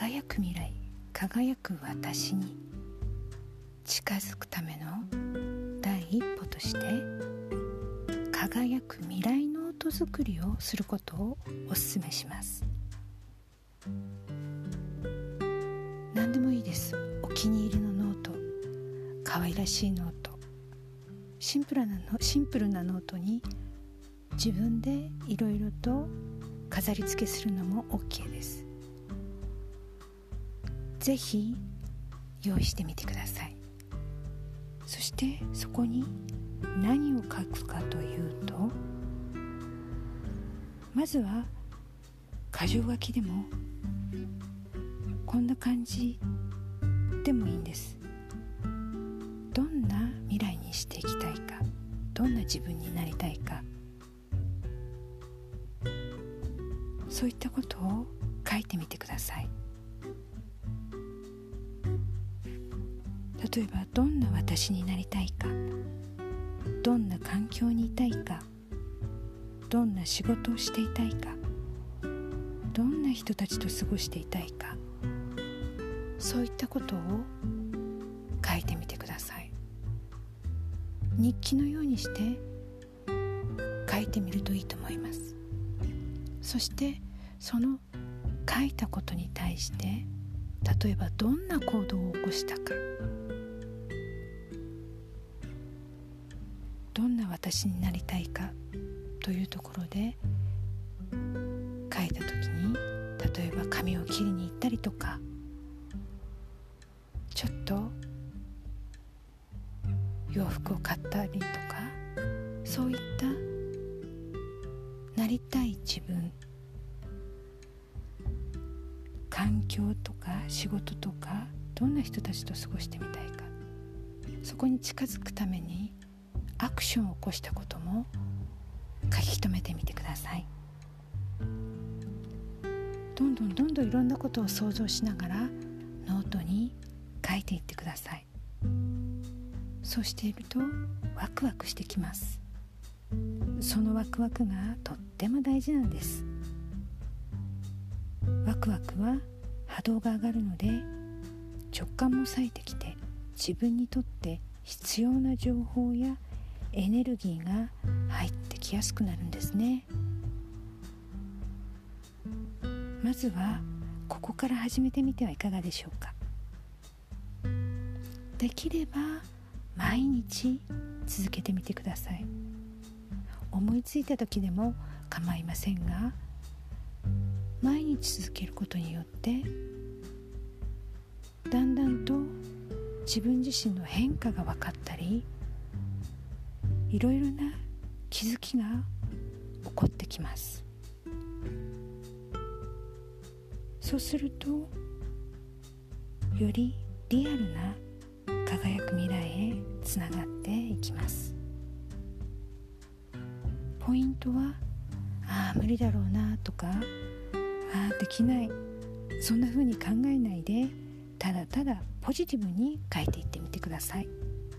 輝く未来、輝く私に近づくための第一歩として、輝く未来ノート作りをすることをお勧めします。何でもいいです。お気に入りのノート、可愛らしいノート、シンプルなノートに自分でいろいろと飾り付けするのも OK です。ぜひ用意してみてください。そしてそこに何を書くかというと、まずは箇条書きでもこんな感じでもいいんです。どんな未来にしていきたいか、どんな自分になりたいか、そういったことを書いてみてください。例えば、どんな私になりたいか、どんな環境にいたいか、どんな仕事をしていたいか、どんな人たちと過ごしていたいか、そういったことを書いてみてください。日記のようにして書いてみるといいと思います。そしてその書いたことに対して、例えばどんな行動を起こしたか、どんな私になりたいかというところで書いたときに、例えば髪を切りに行ったりとか、ちょっと洋服を買ったりとか、そういったなりたい自分、環境とか仕事とか、どんな人たちと過ごしてみたいか、そこに近づくためにアクションを起こしたことも書き留めてみてください。どんどんいろんなことを想像しながらノートに書いていってください。そうしているとワクワクしてきます。そのワクワクがとっても大事なんです。ワクワクは波動が上がるので、直感も冴えてきて、自分にとって必要な情報やエネルギーが入ってきやすくなるんですね。まずはここから始めてみてはいかがでしょうか。できれば毎日続けてみてください。思いついた時でも構いませんが、毎日続けることによってだんだんと自分自身の変化が分かったり、いろいろな気づきが起こってきます。そうするとよりリアルな輝く未来へつながっていきます。ポイントは、無理だろうなとか、できない、そんな風に考えないで、ただただポジティブに書いていってみてください。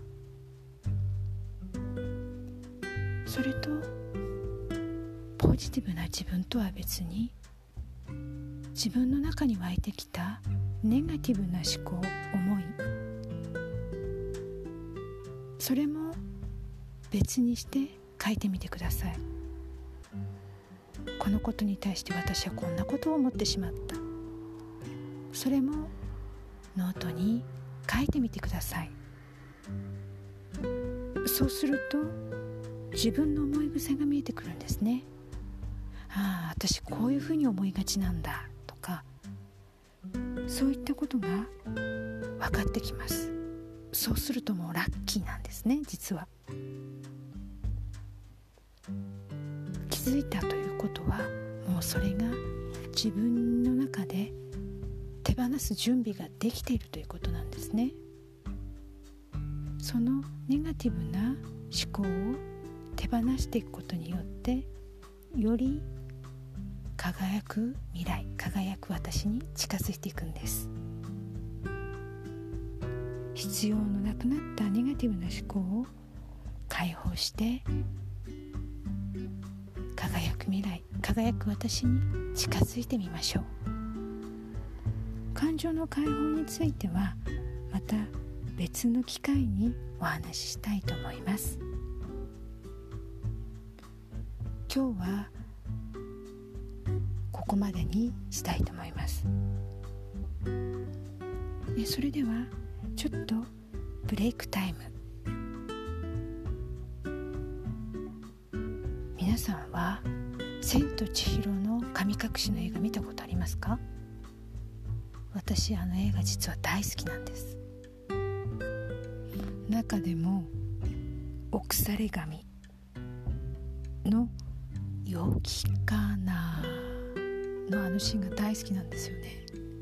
それとポジティブな自分とは別に、自分の中に湧いてきたネガティブな思考、思い、それも別にして書いてみてください。このことに対して私はこんなことを思ってしまった、それもノートに書いてみてください。そうすると自分の思い癖が見えてくるんですね。私こういうふうに思いがちなんだとか、そういったことが分かってきます。そうするともうラッキーなんですね。実は気づいたということは、もうそれが自分の中で手放す準備ができているということなんですね。そのネガティブな思考を手放していくことによって、より輝く未来、輝く私に近づいていくんです。必要のなくなったネガティブな思考を解放して、輝く未来、輝く私に近づいてみましょう。 感情の解放についてはまた別の機会にお話ししたいと思います。今日はここまでにしたいと思います。それではちょっとブレイクタイム。皆さんは千と千尋の神隠しの映画見たことありますか？私映画実は大好きなんです。中でもお腐れ神のよきかなのシーンが大好きなんですよね。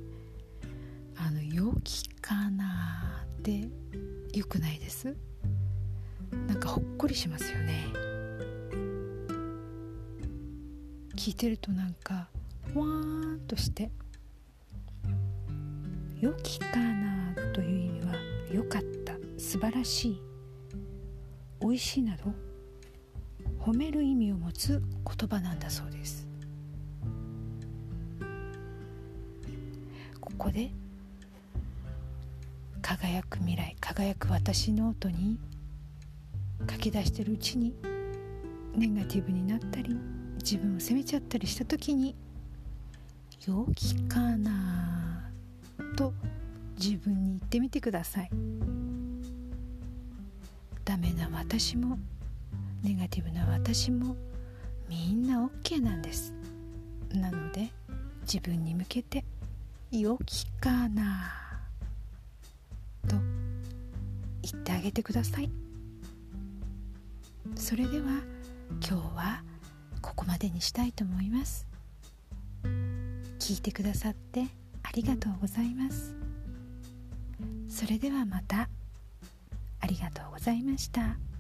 よきかなってよくないです？なんかほっこりしますよね。聞いてるとなんかわーんとして、よきかなという意味はよかった、素晴らしい、おいしいなど褒める意味を持つ言葉なんだそうです。ここで輝く未来、輝く私ノートに書き出してるうちにネガティブになったり自分を責めちゃったりした時に、よきかなと自分に言ってみてください。ダメな私もネガティブな私もみんな OK なんです。なので自分に向けてよきかなと言ってあげてください。それでは今日はここまでにしたいと思います。聞いてくださってありがとうございます。それではまた。ありがとうございました。